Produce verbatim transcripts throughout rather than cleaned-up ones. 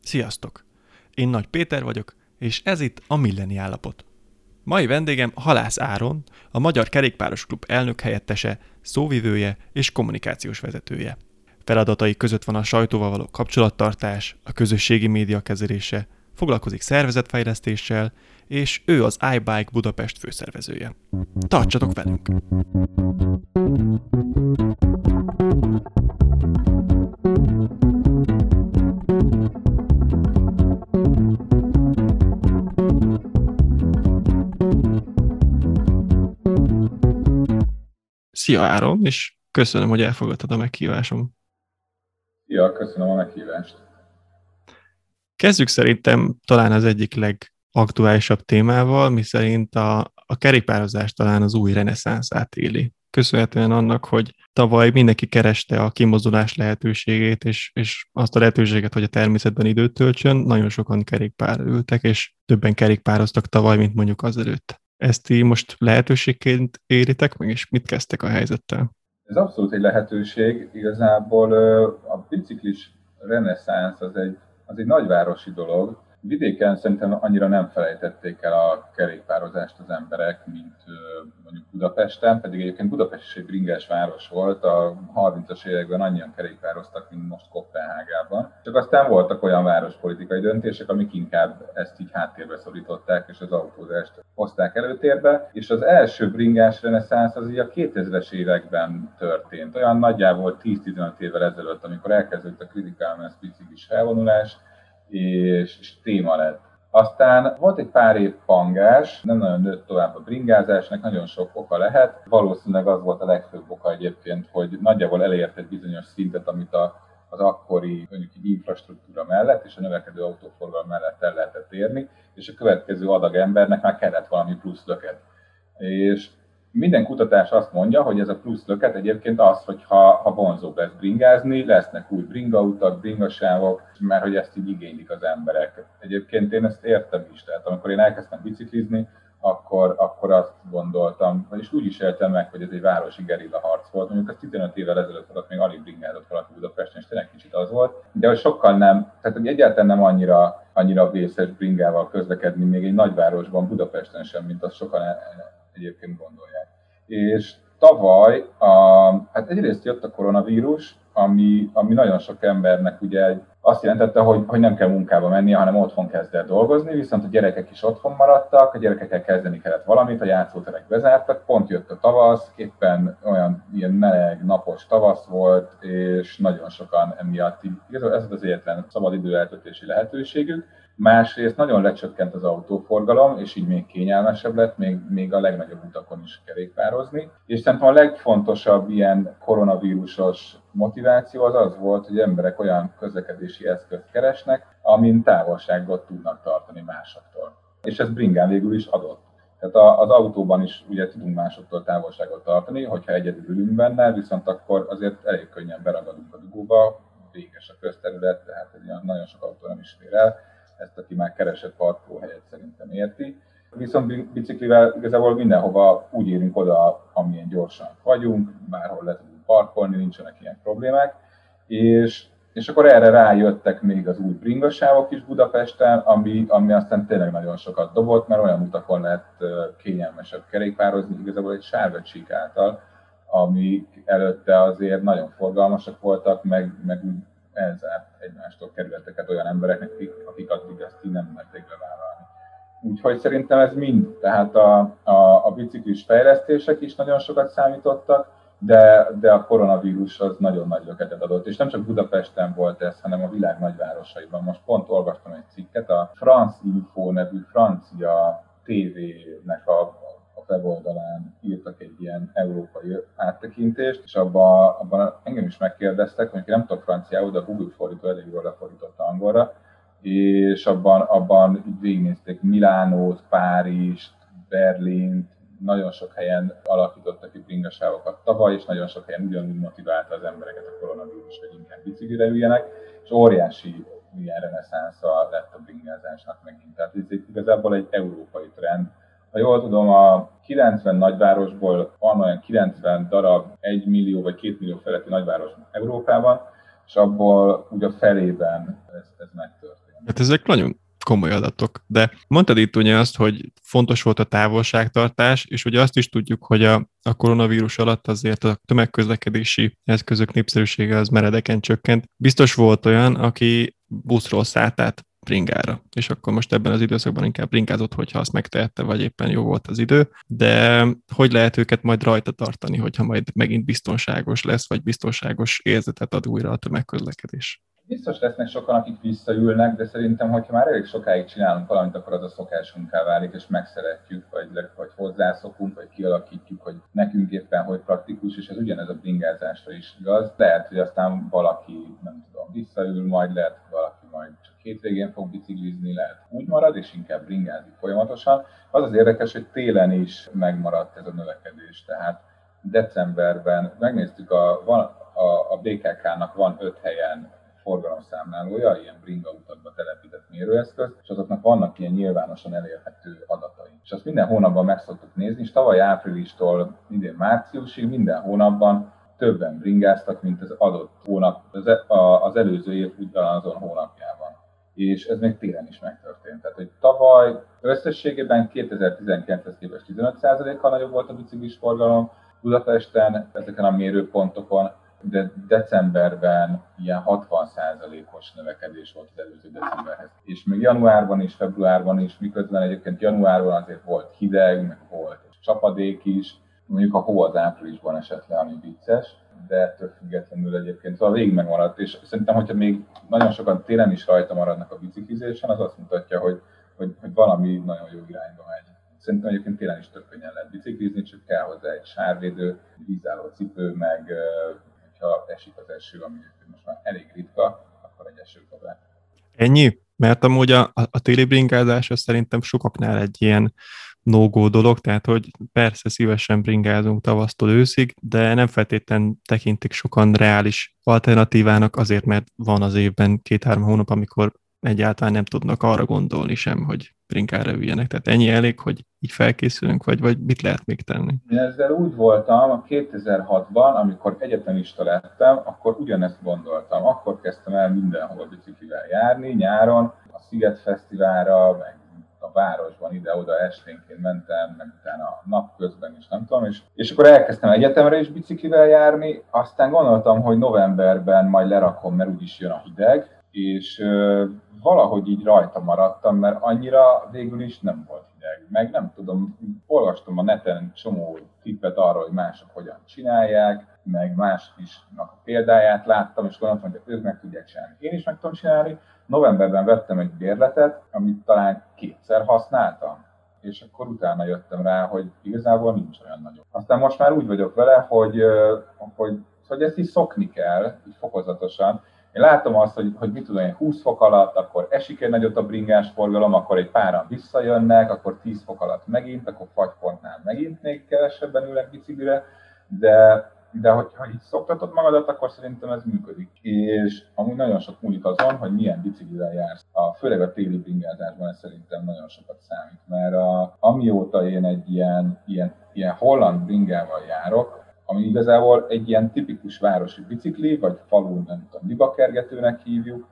Sziasztok! Én Nagy Péter vagyok, és ez itt a Milleni Állapot. Mai vendégem Halász Áron, a Magyar Kerékpáros Klub elnök helyettese, szóvivője és kommunikációs vezetője. Feladatai között van a sajtóval való kapcsolattartás, a közösségi média kezelése, foglalkozik szervezetfejlesztéssel, és ő az iBike Budapest főszervezője. Tartsatok velünk! Szia Áron, és köszönöm, hogy elfogadtad a meghívásom. Ja, köszönöm a meghívást. Kezdjük szerintem talán az egyik legaktuálisabb témával, miszerint a, a kerékpározás talán az új reneszánszát éli. Köszönhetően annak, hogy tavaly mindenki kereste a kimozdulás lehetőségét, és, és azt a lehetőséget, hogy a természetben időt töltsön, nagyon sokan kerékpárra ültek, és többen kerékpároztak tavaly, mint mondjuk azelőtt. Ezt így most lehetőségként éritek meg, és mit kezdtek a helyzettel? Ez abszolút egy lehetőség. Igazából a biciklis reneszánsz az egy, az egy nagyvárosi dolog. Vidéken szerintem annyira nem felejtették el a kerékpározást az emberek, mint mondjuk Budapesten, pedig egyébként Budapest is egy bringás város volt, a harmincas években annyian kerékpároztak, mint most Koppenhágában. Csak aztán voltak olyan várospolitikai döntések, amik inkább ezt így háttérbe szorították, és az autózást hozták előtérbe. És az első bringás reneszánsz az így a kétezres években történt, olyan nagyjából tíz-tizenöt évvel ezelőtt, amikor elkezdődött a Critical Mass biciklis felvonulás, és, és téma lett. Aztán volt egy pár év pangás, nem nagyon nőtt tovább a bringázásnak, nagyon sok oka lehet. Valószínűleg az volt a legfőbb oka egyébként, hogy nagyjából elért egy bizonyos szintet, amit a, az akkori mondjuk infrastruktúra mellett és a növekedő autóforgalom mellett el lehetett érni, és a következő adag embernek már kellett valami plusz löket. És minden kutatás azt mondja, hogy ez a plusz löket egyébként az, hogy ha, ha vonzóbb lesz bringázni, lesznek új bringautak, bringasávok, mert hogy ezt így igénylik az emberek. Egyébként én ezt értem is, tehát amikor én elkezdtem biciklizni, akkor, akkor azt gondoltam, és úgy is éltem meg, hogy ez egy városi gerilla harc volt. Mondjuk az tizenöt évvel ezelőtt volt, még alig bringázott valaki Budapesten, és tényleg kicsit az volt. De hogy sokkal nem, tehát hogy egyáltalán nem annyira, annyira vészes bringával közlekedni még egy nagyvárosban, Budapesten sem, mint azt sokan egyébként gondolják. És tavaly, a, hát egyrészt jött a koronavírus, ami, ami nagyon sok embernek ugye azt jelentette, hogy, hogy nem kell munkába mennie, hanem otthon kezd el dolgozni, viszont a gyerekek is otthon maradtak, a gyerekekkel kezdeni kellett valamit, a játszóterek bezártak, pont jött a tavasz, éppen olyan ilyen meleg, napos tavasz volt, és nagyon sokan emiatt így, ez az egyetlen szabad időeltöltési lehetőségük. Másrészt nagyon lecsökkent az autóforgalom, és így még kényelmesebb lett, még, még a legnagyobb utakon is kerékpározni. És szerintem a legfontosabb ilyen koronavírusos motiváció az az volt, hogy emberek olyan közlekedési eszközt keresnek, amin távolságot tudnak tartani másoktól. És ez bringán végül is adott. Tehát az autóban is ugye tudunk másoktól távolságot tartani, hogyha egyedül ülünk benne, viszont akkor azért elég könnyen beragadunk a dugóba, véges a közterület, tehát nagyon sok autó nem is fér el. Ezt, aki már keresett parkolóhelyet, szerintem érti. Viszont biciklivel igazából mindenhova úgy érünk oda, amilyen gyorsan vagyunk, bárhol le tudunk parkolni, nincsenek ilyen problémák. És, és akkor erre rájöttek még az új bringasávok is Budapesten, ami, ami aztán tényleg nagyon sokat dobott, mert olyan utakon lett kényelmesebb kerékpározni, igazából egy sárgacsík által, ami előtte azért nagyon forgalmasak voltak, meg, meg elzárt egymástól kerületeket olyan embereknek, akik, akik addig ezt így nem merték bevállalni. Úgyhogy szerintem ez mind, tehát a, a, a biciklis fejlesztések is nagyon sokat számítottak, de, de a koronavírus az nagyon nagy löketet adott. És nem csak Budapesten volt ez, hanem a világ nagyvárosaiban. Most pont olvastam egy cikket, a France Info nevű francia tévének a a weboldalán írtak egy ilyen európai áttekintést, és abban, abban engem is megkérdeztek, hogy nem tudok franciául, de a Google fordító elég jól lefordította angolra, és abban, abban így végignézték Milánót, Párizst, Berlint, nagyon sok helyen alakítottak ki bringasávokat tavaly, és nagyon sok helyen ugyanúgy motiválta az embereket a koronavírus, hogy inkább biciklire üljenek, és óriási ilyen reneszánsza lett a bringázásnak megint. Tehát ez igazából egy európai trend. Ha jól tudom, a kilencven nagyvárosból van olyan kilencven darab egy millió vagy két millió feletti nagyváros Európában, és abból ugye a felében ez, ez megtörtént. Hát ezek nagyon komoly adatok, de mondtad itt ugye azt, hogy fontos volt a távolságtartás, és ugye azt is tudjuk, hogy a, a koronavírus alatt azért a tömegközlekedési eszközök népszerűsége az meredeken csökkent. Biztos volt olyan, aki buszról szállt át bringára, és akkor most ebben az időszakban inkább bringázott, hogyha azt megtehette, vagy éppen jó volt az idő, de hogy lehet őket majd rajta tartani, hogyha majd megint biztonságos lesz, vagy biztonságos érzetet ad újra a tömegközlekedés? Biztos lesznek sokan, akik visszaülnek, de szerintem, hogyha már elég sokáig csinálunk valamit, akkor az a szokásunká válik, és megszeretjük, vagy, vagy hozzászokunk, vagy kialakítjuk, hogy nekünk éppen hogy praktikus, és ez ugyanez a bringázásra is igaz. Lehet, hogy aztán valaki, nem tudom, visszaül, majd lehet, hogy valaki majd csak hétvégén fog biciklizni, lehet úgy marad, és inkább bringázik folyamatosan. Az az érdekes, hogy télen is megmaradt ez a növekedés, tehát decemberben megnéztük, a, van, a, a bé ká ká-nak van öt helyen forgalomszámlálója, ilyen bringa utakba telepített mérőeszköz, és azoknak vannak ilyen nyilvánosan elérhető adatai. És azt minden hónapban meg szoktuk nézni, és tavaly áprilistól idén márciusig minden hónapban többen bringáztak, mint az adott hónap, az, az előző év ugyanazon hónapjában. És ez még télen is megtörtént. Tehát, hogy tavaly összességében kétezer-tizenkilenchez képest tizenöt százalékkal nagyobb volt a biciklis forgalom Budapesten, ezeken a mérőpontokon, de decemberben ilyen hatvan százalékos növekedés volt az előző decemberhez. És még januárban és februárban is, miközben egyébként januárban azért volt hideg, meg volt csapadék is, mondjuk a hó az áprilisban esett le, ami vicces, de ettől függetlenül egyébként szóval végig megmaradt, és szerintem, hogyha még nagyon sokan télen is rajta maradnak a biciklizésen, az azt mutatja, hogy, hogy, hogy valami nagyon jó irányba megy. Szerintem egyébként télen is tök könnyen lehet biciklizni, csak kell hozzá egy sárvédő, vízálló cipő, meg ha esik az eső, ami most már elég ritka, akkor egy esőkabát. Ennyi? Mert amúgy a, a téli bringázás az szerintem sokaknál egy ilyen no-go dolog, tehát hogy persze szívesen bringázunk tavasztól őszig, de nem feltétlenül tekintik sokan reális alternatívának, azért mert van az évben két-három hónap, amikor egyáltalán nem tudnak arra gondolni sem, hogy bringára üljenek. Tehát ennyi elég, hogy így felkészülünk, vagy, vagy mit lehet még tenni? Én ezzel úgy voltam kétezer-hatban, amikor egyetemista lettem, akkor ugyanezt gondoltam. Akkor kezdtem el mindenhol biciklivel járni, nyáron, a Sziget Fesztiválra, meg a városban ide-oda esténként mentem, meg utána a napközben is, nem tudom, és, és akkor elkezdtem egyetemre is biciklivel járni, aztán gondoltam, hogy novemberben majd lerakom, mert úgyis jön a hideg, és ö, valahogy így rajta maradtam, mert annyira végül is nem volt hideg. Meg nem tudom, olvastam a neten csomó tippet arról, hogy mások hogyan csinálják, meg mások is a példáját láttam, és gondoltam, hogy ők meg tudják csinálni. Én is meg tudom csinálni. Novemberben vettem egy bérletet, amit talán kétszer használtam, és akkor utána jöttem rá, hogy igazából nincs olyan nagyon. Aztán most már úgy vagyok vele, hogy, hogy, hogy ezt is szokni kell, így fokozatosan. Én látom azt, hogy, hogy mit tudom én, húsz fok alatt, akkor esik egy nagyot a bringás forgalom, akkor egy páran visszajönnek, akkor tíz fok alatt megint, akkor fagypontnál megint még kevesebben ülnek biciklire, de, de hogyha így szoktatod magadat, akkor szerintem ez működik. És amúgy nagyon sok múlik azon, hogy milyen biciklivel jársz. A, főleg a téli bringázásban ez szerintem nagyon sokat számít, mert a, amióta én egy ilyen, ilyen, ilyen holland bringával járok, ami igazából egy ilyen tipikus városi bicikli, vagy falun, nem tudom, libakergetőnek hívjuk.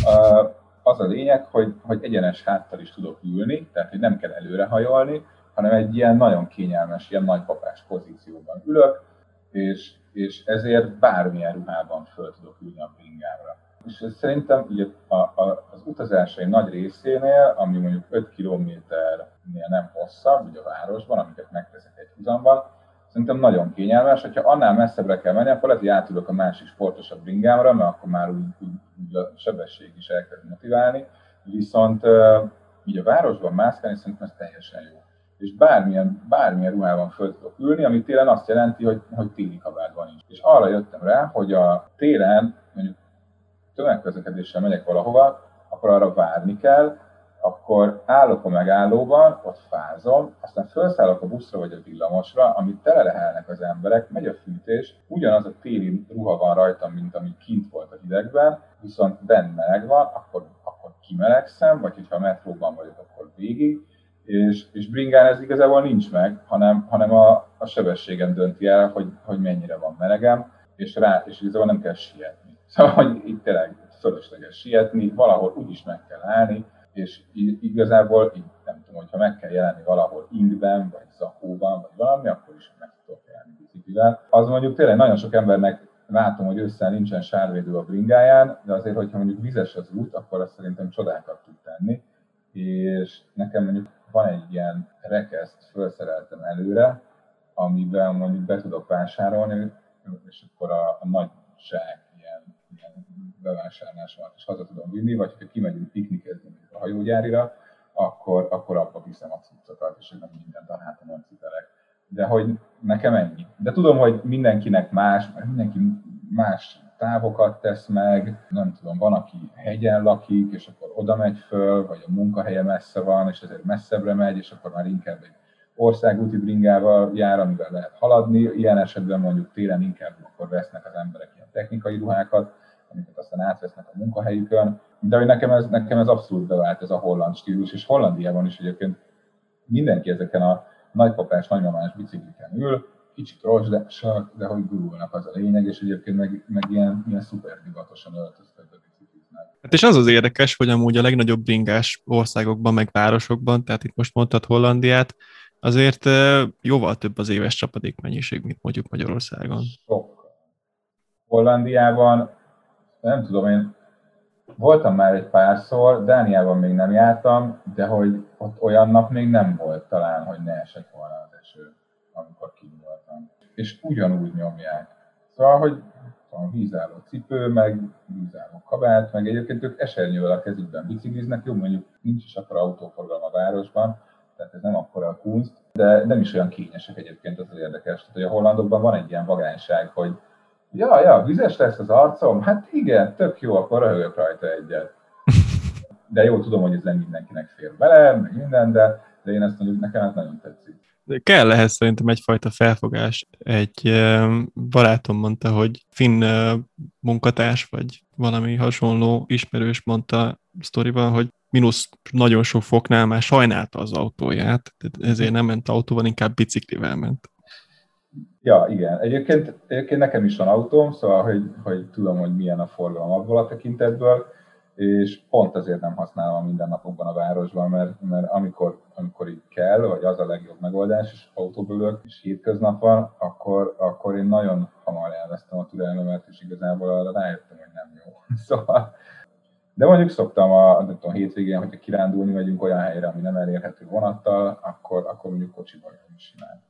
Az a lényeg, hogy, hogy egyenes háttal is tudok ülni, tehát hogy nem kell előrehajolni, hanem egy ilyen nagyon kényelmes, ilyen nagypapás pozícióban ülök, és, és ezért bármilyen ruhában föl tudok ülni a bringámra. És szerintem ugye a, a, az utazásaim nagy részénél, ami mondjuk öt kilométernél nem hosszabb, ugye a városban, amiket megteszek egy huzamban, szerintem nagyon kényelmes, hogyha annál messzebbre kell menni, akkor azért átülök a másik sportosabb bringámra, mert akkor már úgy, úgy, úgy a sebesség is elkezd motiválni. Viszont így a városban mászkálni szerintem ez teljesen jó. És bármilyen, bármilyen ruhában föl tudok ülni, ami télen azt jelenti, hogy, hogy téli kabátban is. És arra jöttem rá, hogy a télen, mondjuk tömegközlekedéssel megyek valahova, akkor arra várni kell, akkor állok a megállóban, ott fázom, aztán felszállok a buszra vagy a villamosra, amit telelehelnek az emberek, megy a fűtés, ugyanaz a téli ruha van rajtam, mint ami kint volt a hidegben, viszont benn meleg van, akkor, akkor kimelegszem, vagy hogyha a metróban vagyok, akkor végig, és, és bringán ez igazából nincs meg, hanem, hanem a, a sebességem dönti el, hogy, hogy mennyire van melegem, és rá, és igazából nem kell sietni. Szóval, hogy itt tényleg fölösleges sietni, valahol úgyis meg kell állni, és igazából így nem tudom, hogyha meg kell jelenni valahol ingben, vagy zakóban, vagy valami, akkor is meg tudok járni biciklivel. Az mondjuk tényleg nagyon sok embernek látom, hogy ősszel nincsen sárvédő a bringáján, de azért, hogyha mondjuk vizes az út, akkor azt szerintem csodákat tud tenni. És nekem mondjuk van egy ilyen rekeszt, felszereltem előre, amiben mondjuk be tudok vásárolni, és akkor a, a nagyság ilyen, ilyen bevásárlásomat is haza tudom vinni, vagy ha kimegyünk piknikezni a hajógyárira, akkor, akkor abba viszem a cuccokat, és nem mindent a hátamon cipelek. De hogy nekem ennyi. De tudom, hogy mindenkinek más, mert mindenki más távokat tesz meg, nem tudom, van, aki hegyen lakik, és akkor oda megy föl, vagy a munkahelye messze van, és ezért messzebbre megy, és akkor már inkább egy országúti bringával jár, amivel lehet haladni. Ilyen esetben mondjuk télen inkább akkor vesznek az emberek ilyen technikai ruhákat, amiket aztán átvesznek a munkahelyükön. De hogy nekem ez, nekem ez abszolút bevált, ez a holland stílus, és Hollandiában is egyébként mindenki ezeken a nagypapás, nagymamás bicikliken ül, kicsit rozsdásak, de hogy gurulnak, az a lényeg, és egyébként meg, meg ilyen, ilyen szuper divatosan öltöztetve bicikliznek. Hát és az az érdekes, hogy amúgy a legnagyobb bringás országokban, meg városokban, tehát itt most mondtad Hollandiát, azért jóval több az éves csapadékmennyiség, mint mondjuk Magyarországon. Sok. Hollandiában, nem tudom, én voltam már egy párszor, Dániában még nem jártam, de hogy ott olyan nap még nem volt talán, hogy ne esett volna az eső, amikor kint voltam. És ugyanúgy nyomják. Szóval, hogy van vízálló cipő, meg vízálló kabát, meg egyébként ők esernyővel a kezükben bicikliznek, jó, mondjuk nincs is akkora autóforgalom a városban, tehát ez nem akkora a kunst, de nem is olyan kényesek egyébként, az az érdekes. Tehát, hogy a hollandokban van egy ilyen vagányság, hogy ja, ja, vizes lesz az arcom? Hát igen, tök jó, akkor röhögök rajta egyet. De jó, tudom, hogy ez nem mindenkinek fér bele, meg minden, de, de én ezt mondjuk nekem hát nagyon tetszik. De kell ehhez szerintem egyfajta felfogás. Egy barátom mondta, hogy finn munkatárs, vagy valami hasonló ismerős mondta sztoriban, hogy mínusz nagyon sok foknál már sajnálta az autóját, ezért nem ment autóval, inkább biciklivel ment. Ja, igen. Egyébként, egyébként nekem is van autóm, szóval, hogy, hogy tudom, hogy milyen a forgalom abból a tekintetből, és pont azért nem használom a mindennapokban a városban, mert, mert amikor, amikor így kell, vagy az a legjobb megoldás, és autóból ülök, és hétköznap van, akkor, akkor én nagyon hamar elvesztem a türelmemet, és igazából arra rájöttem, hogy nem jó. Szóval, de mondjuk szoktam a, nem tudom, hétvégén, hogyha kirándulni megyünk olyan helyre, ami nem elérhető vonattal, akkor, akkor mondjuk kocsival jön is simán.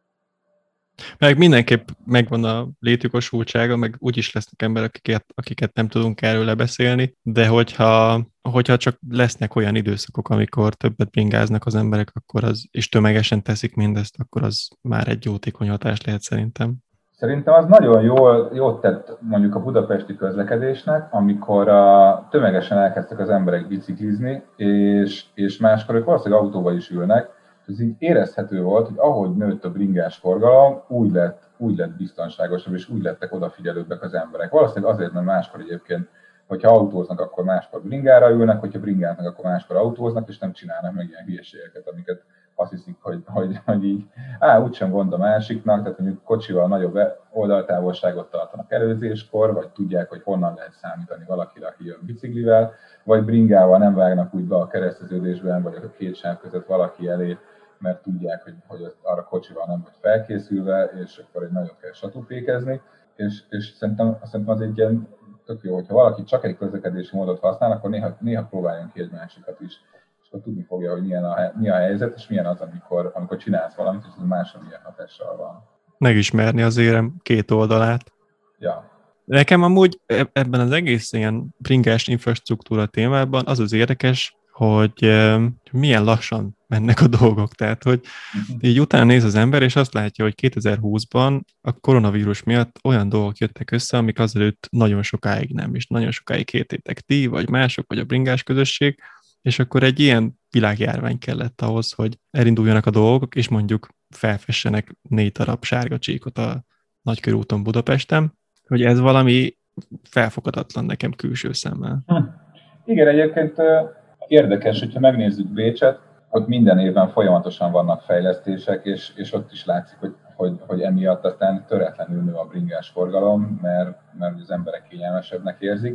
Meg mindenképp megvan a létjogosultsága, meg úgyis lesznek emberek, akiket, akiket nem tudunk erről lebeszélni, de hogyha, hogyha csak lesznek olyan időszakok, amikor többet bringáznak az emberek, akkor az, és tömegesen teszik mindezt, akkor az már egy jótékony hatás lehet szerintem. Szerintem az nagyon jól, jót tett mondjuk a budapesti közlekedésnek, amikor a, tömegesen elkezdtek az emberek biciklizni, és, és máskor ők valószínűleg autóba is ülnek. Ez így érezhető volt, hogy ahogy nőtt a bringás forgalom, úgy lett, úgy lett biztonságosabb, és úgy lettek odafigyelőbbek az emberek. Valószínűleg azért, mert máskor egyébként, hogyha autóznak, akkor máskor bringára ülnek, hogyha bringáznak, akkor máskor autóznak, és nem csinálnak meg ilyen hülyeségeket, amiket azt hiszik, hogy, hogy, hogy így, á, úgysem gond a másiknak, tehát mondjuk kocsival nagyobb oldaltávolságot tartanak előzéskor, vagy tudják, hogy honnan lehet számítani valakire, aki jön biciklivel, vagy bringával nem vágnak úgy be a kereszteződésben, vagy a két sáv között valaki elé, mert tudják, hogy, hogy arra kocsival nem vagy felkészülve, és akkor egy nagyot kell satúpékezni, és, és szerintem, szerintem az egy ilyen tök jó, hogyha valaki csak egy közlekedési módot használ, akkor néha, néha próbáljon ki egy másikat is, és akkor tudni fogja, hogy milyen a, mi a helyzet, és milyen az, amikor, amikor csinálsz valamit, és az másra milyen hatással van. Megismerni az érem két oldalát. Ja. Nekem amúgy ebben az egész ilyen bringás infrastruktúra témában az az érdekes, hogy milyen lassan mennek a dolgok. Tehát, hogy így utána néz az ember, és azt látja, hogy kétezer-húszban a koronavírus miatt olyan dolgok jöttek össze, amik azelőtt nagyon sokáig nem, és nagyon sokáig hététek ti, vagy mások, vagy a bringás közösség, és akkor egy ilyen világjárvány kellett ahhoz, hogy elinduljanak a dolgok, és mondjuk felfessenek négy darab sárga csíkot a Nagykörúton Budapesten, hogy ez valami felfoghatatlan nekem külső szemmel. Hm. Igen, egyébként érdekes, hogyha megnézzük Bécset, ott minden évben folyamatosan vannak fejlesztések, és, és ott is látszik, hogy, hogy, hogy emiatt aztán töretlenül nő a bringás forgalom, mert, mert az emberek kényelmesebbnek érzik.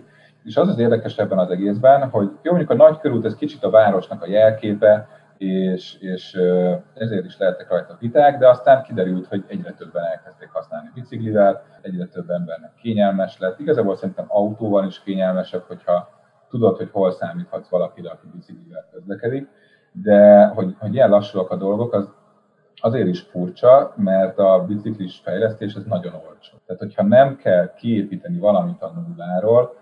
És az az érdekes ebben az egészben, hogy jó, mondjuk a nagykörút, ez kicsit a városnak a jelképe, és, és ezért is lehettek rajta viták, de aztán kiderült, hogy egyre többen elkezdték használni biciklivel, egyre több embernek kényelmes lett. Igazából szerintem autóval is kényelmesebb, hogyha tudod, hogy hol számíthatsz valakire, aki biciklivel közlekedik, de hogy, hogy ilyen lassúak a dolgok, az azért is furcsa, mert a biciklis fejlesztés ez nagyon olcsó. Tehát, hogyha nem kell kiépíteni valamit a nulláról,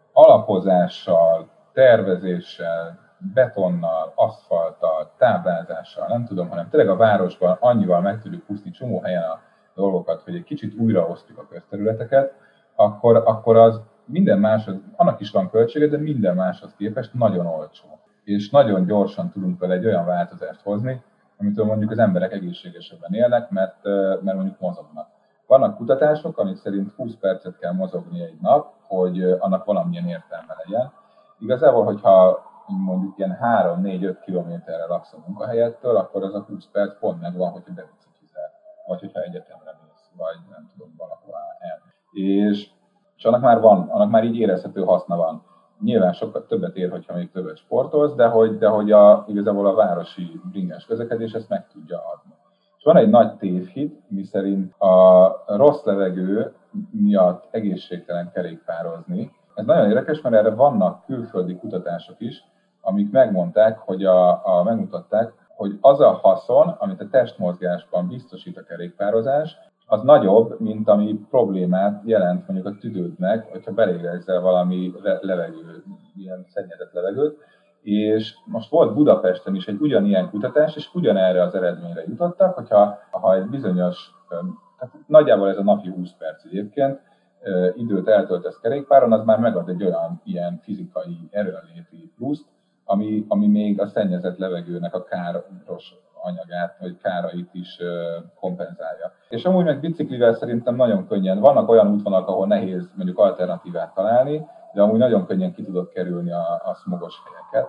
alapozással, tervezéssel, betonnal, aszfalttal, táblázással, nem tudom, hanem tényleg a városban annyival meg tudjuk húzni csomó helyen a dolgokat, hogy egy kicsit újraosztjuk a közterületeket, akkor, akkor az minden máshoz, annak is van költsége, de minden máshoz képest nagyon olcsó. És nagyon gyorsan tudunk vele egy olyan változást hozni, amitől mondjuk az emberek egészségesebben élnek, mert, mert mondjuk mozognak. Vannak kutatások, amik szerint húsz percet kell mozogni egy nap, hogy annak valamilyen értelme legyen. Igazából, hogyha mondjuk ilyen három-négy-öt kilométerre laksz a munkahelyettől, akkor az a húsz perc pont megvan, hogyha bebiciklizel, vagy hogyha egyetemre mész, vagy nem tudom, valahová el. És, és annak már van, annak már így érezhető haszna van. Nyilván sokkal többet ér, hogyha még többet sportolsz, de hogy, de hogy a, igazából a városi bringás közlekedés ezt meg tudja adni. És van egy nagy tévhit, miszerint a rossz levegő miatt egészségtelen kerékpározni. Ez nagyon érdekes, mert erre vannak külföldi kutatások is, amik megmondták, hogy a, a, megmutatták, hogy az a haszon, amit a testmozgásban biztosít a kerékpározás, az nagyobb, mint ami problémát jelent mondjuk a tüdődnek, hogyha belélegzel valami levegő, ilyen szennyezett levegőt. És most volt Budapesten is egy ugyanilyen kutatás, és ugyanerre az eredményre jutottak, hogyha ha egy bizonyos, tehát nagyjából ez a napi húsz perc egyébként, időt eltöltesz kerékpáron, az már megad egy olyan ilyen fizikai erőnléti pluszt, ami, ami még a szennyezett levegőnek a káros anyagát, vagy kárait is kompenzálja. És amúgy meg biciklivel szerintem nagyon könnyen, vannak olyan útvonalak, ahol nehéz mondjuk alternatívát találni, de amúgy nagyon könnyen ki tudod kerülni a, a szmogos helyeket.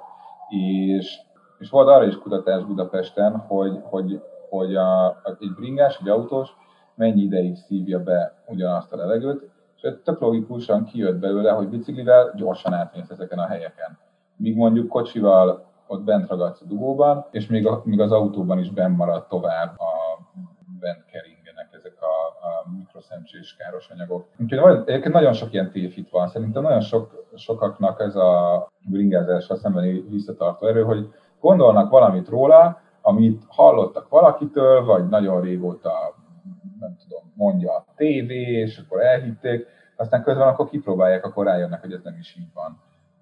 És, és volt arra is kutatás Budapesten, hogy, hogy, hogy a, a, egy bringás, egy autós mennyi ideig szívja be ugyanazt a levegőt, és tök logikusan kijött belőle, hogy biciklivel gyorsan átmész ezeken a helyeken. Míg mondjuk kocsival ott bent ragadsz a dugóban, és még, a, még az autóban is benn marad tovább a bent keringenek ezek a, a mikroszencsés káros anyagok. Úgyhogy egyébként nagyon sok ilyen tévhit van. Szerintem nagyon sok, sokaknak ez a bringázással szembeni visszatartó erő, hogy gondolnak valamit róla, amit hallottak valakitől, vagy nagyon régóta, nem tudom, mondja a tévé, és akkor elhitték, aztán közben akkor kipróbálják, akkor rájönnek, hogy ez nem is így van.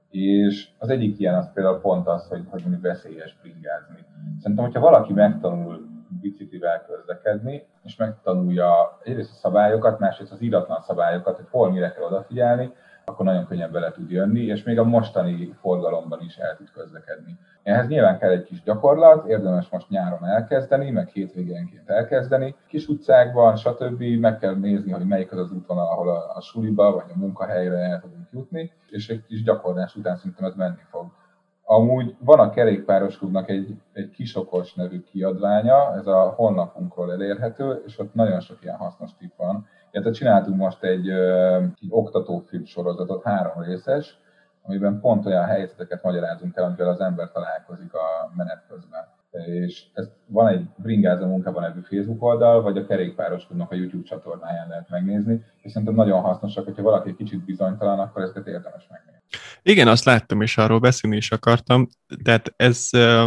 És az egyik ilyen az például pont az, hogy, hogy mondjuk veszélyes bringázni. Szerintem, hogyha valaki megtanul biciklivel közlekedni, és megtanulja egyrészt a szabályokat, másrészt az íratlan szabályokat, hogy hol mire kell odafigyelni, akkor nagyon könnyen bele tud jönni, és még a mostani forgalomban is el tud közlekedni. Ehhez nyilván kell egy kis gyakorlat, érdemes most nyáron elkezdeni, meg hétvégénként elkezdeni. Kis utcákban, stb. Meg kell nézni, hogy melyik az az útvonal, ahol a, a suliba vagy a munkahelyre el tudunk jutni, és egy kis gyakorlás után szerintem ez menni fog. Amúgy van a Kerékpáros Klubnak egy, egy Kisokos nevű kiadványa, ez a honlapunkról elérhető, és ott nagyon sok ilyen hasznos tipp van. Illetve csináltunk most egy, egy oktatófilm sorozatot, három részes, amiben pont olyan helyzeteket magyarázunk el, amivel az ember találkozik a menet közben. És ez van egy Bringázó Munkában nevű Facebook oldal, vagy a Kerékpáros Klubnak a YouTube csatornáján lehet megnézni, és szerintem nagyon hasznosak, hogyha valaki egy kicsit bizonytalan, akkor ezeket érdemes megnézni. Igen, azt láttam, és arról beszélni is akartam. Tehát ez uh,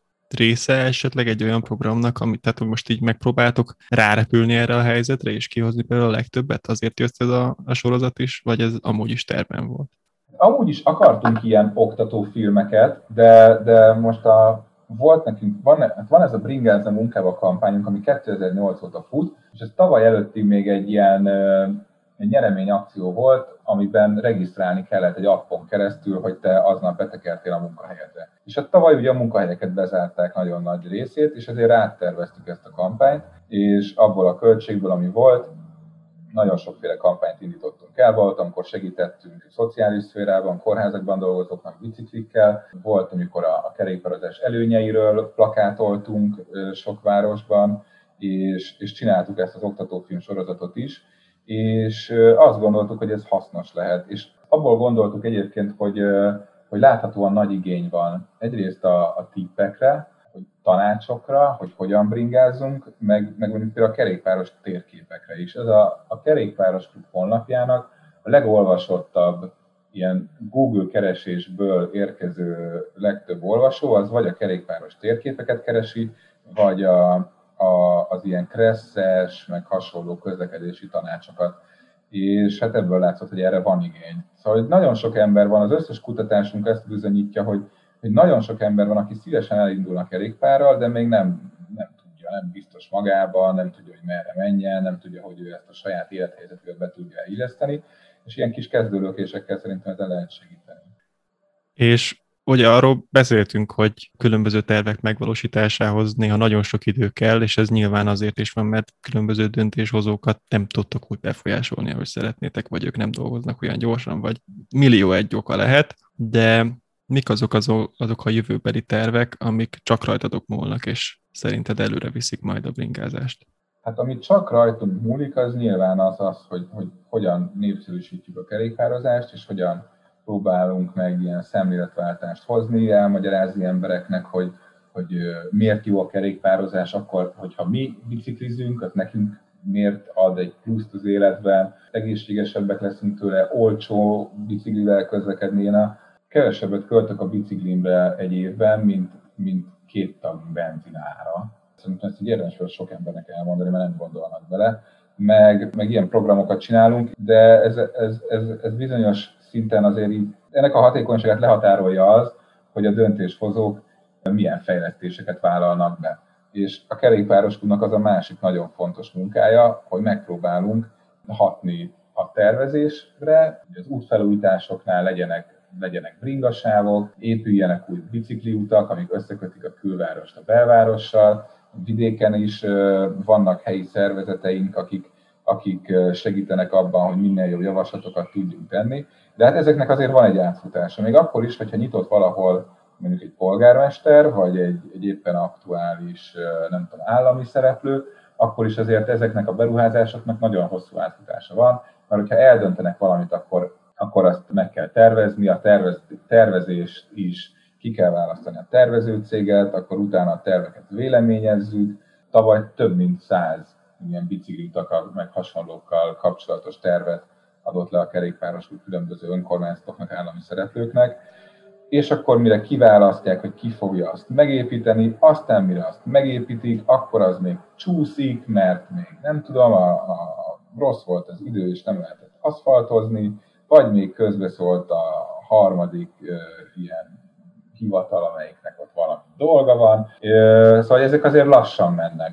része esetleg egy olyan programnak, amit tehát most így megpróbáltok rárepülni erre a helyzetre, és kihozni belőle a legtöbbet? Azért jött ez a, a sorozat is, vagy ez amúgy is tervben volt? Amúgy is akartunk ilyen oktatófilmeket, de, de most a, volt nekünk, van, van ez a Bringázó Munkában kampányunk, ami kétezer-nyolc óta fut, és ez tavaly előtti még egy ilyen egy nyereményakció volt, amiben regisztrálni kellett egy appon keresztül, hogy te aznap betekertél a munkahelyedre. És hát tavaly ugye a munkahelyeket bezárták nagyon nagy részét, és ezért átterveztük ezt a kampányt, és abból a költségből, ami volt, nagyon sokféle kampányt indítottunk el, volt, amikor segítettünk szociális szférában, kórházakban dolgozóknak biciklikkel, volt, amikor a, a kerékpározás előnyeiről plakátoltunk sok városban, és, és csináltuk ezt az oktatófilm sorozatot is, és azt gondoltuk, hogy ez hasznos lehet. És Abból gondoltuk egyébként, hogy, hogy láthatóan nagy igény van egyrészt a, a tippekre, hogy tanácsokra, hogy hogyan bringázzunk, meg, meg mondjuk például a kerékpáros térképekre is. Ez a, a Kerékpáros Klub honlapjának a legolvasottabb ilyen Google keresésből érkező legtöbb olvasó, az vagy a kerékpáros térképeket keresi, vagy a, a, az ilyen kresszes, meg hasonló közlekedési tanácsokat. És hát ebből látszott, hogy erre van igény. Szóval hogy nagyon sok ember van, az összes kutatásunk ezt bizonyítja, hogy, hogy nagyon sok ember van, aki szívesen elindul a kerékpárral, de még nem, nem tudja, nem biztos magában, nem tudja, hogy merre menjen, nem tudja, hogy ő ezt a saját élethelyzetről be tudja illeszteni, és ilyen kis kezdőlökésekkel szerintem ezzel lehet segíteni. És ugye arról beszéltünk, hogy különböző tervek megvalósításához néha nagyon sok idő kell, és ez nyilván azért is van, mert különböző döntéshozókat nem tudtok úgy befolyásolni, ahogy szeretnétek, vagy ők nem dolgoznak olyan gyorsan, vagy millió egy oka lehet, de mik azok, azok, azok a jövőbeli tervek, amik csak rajtatok múlnak, és szerinted előre viszik majd a bringázást? Hát amit csak rajtunk múlik, az nyilván az az, hogy, hogy hogyan népszerűsítjük a kerékpározást, és hogyan próbálunk meg ilyen szemléletváltást hozni, elmagyarázni embereknek, hogy, hogy miért jó a kerékpározás, akkor, hogyha mi biciklizünk, az nekünk miért ad egy pluszt az életben, egészségesebbek leszünk tőle, olcsó biciklivel közlekedni. Én a kevesebbet költök a biciklimre egy évben, mint, mint két tag benzinára. Szerintem ezt így érdemes sok embernek elmondani, mert nem gondolnak bele. Meg, meg ilyen programokat csinálunk, de ez, ez, ez, ez bizonyos szinten azért így, ennek a hatékonyságát lehatárolja az, hogy a döntéshozók milyen fejlesztéseket vállalnak be. És a Kerékpáros Klubnak az a másik nagyon fontos munkája, hogy megpróbálunk hatni a tervezésre, hogy az útfelújításoknál legyenek, legyenek bringasávok, épüljenek új bicikliutak, amik összekötik a külvárost a belvárossal. Vidéken is vannak helyi szervezeteink, akik, akik segítenek abban, hogy minél jobb javaslatokat tudjunk tenni. De hát ezeknek azért van egy átfutása. Még akkor is, hogyha nyitott valahol mondjuk egy polgármester, vagy egy, egy éppen aktuális, nem tudom, állami szereplő, akkor is azért ezeknek a beruházásoknak nagyon hosszú átfutása van, mert hogyha eldöntenek valamit, akkor, akkor azt meg kell tervezni, a tervez, tervezést is ki kell választani a tervezőcéget, akkor utána a terveket véleményezzük. Tavaly több mint száz ilyen bicikliutakkal, meg hasonlókkal kapcsolatos tervet adott le a Kerékpáros Klub különböző önkormányzatoknak, állami szereplőknek, és akkor mire kiválasztják, hogy ki fogja azt megépíteni, aztán mire azt megépítik, akkor az még csúszik, mert még nem tudom, a, a rossz volt az idő, és nem lehetett aszfaltozni, vagy még közbeszólt a harmadik uh, ilyen hivatal, amelyiknek ott valami dolga van. Uh, szóval ezek azért lassan mennek.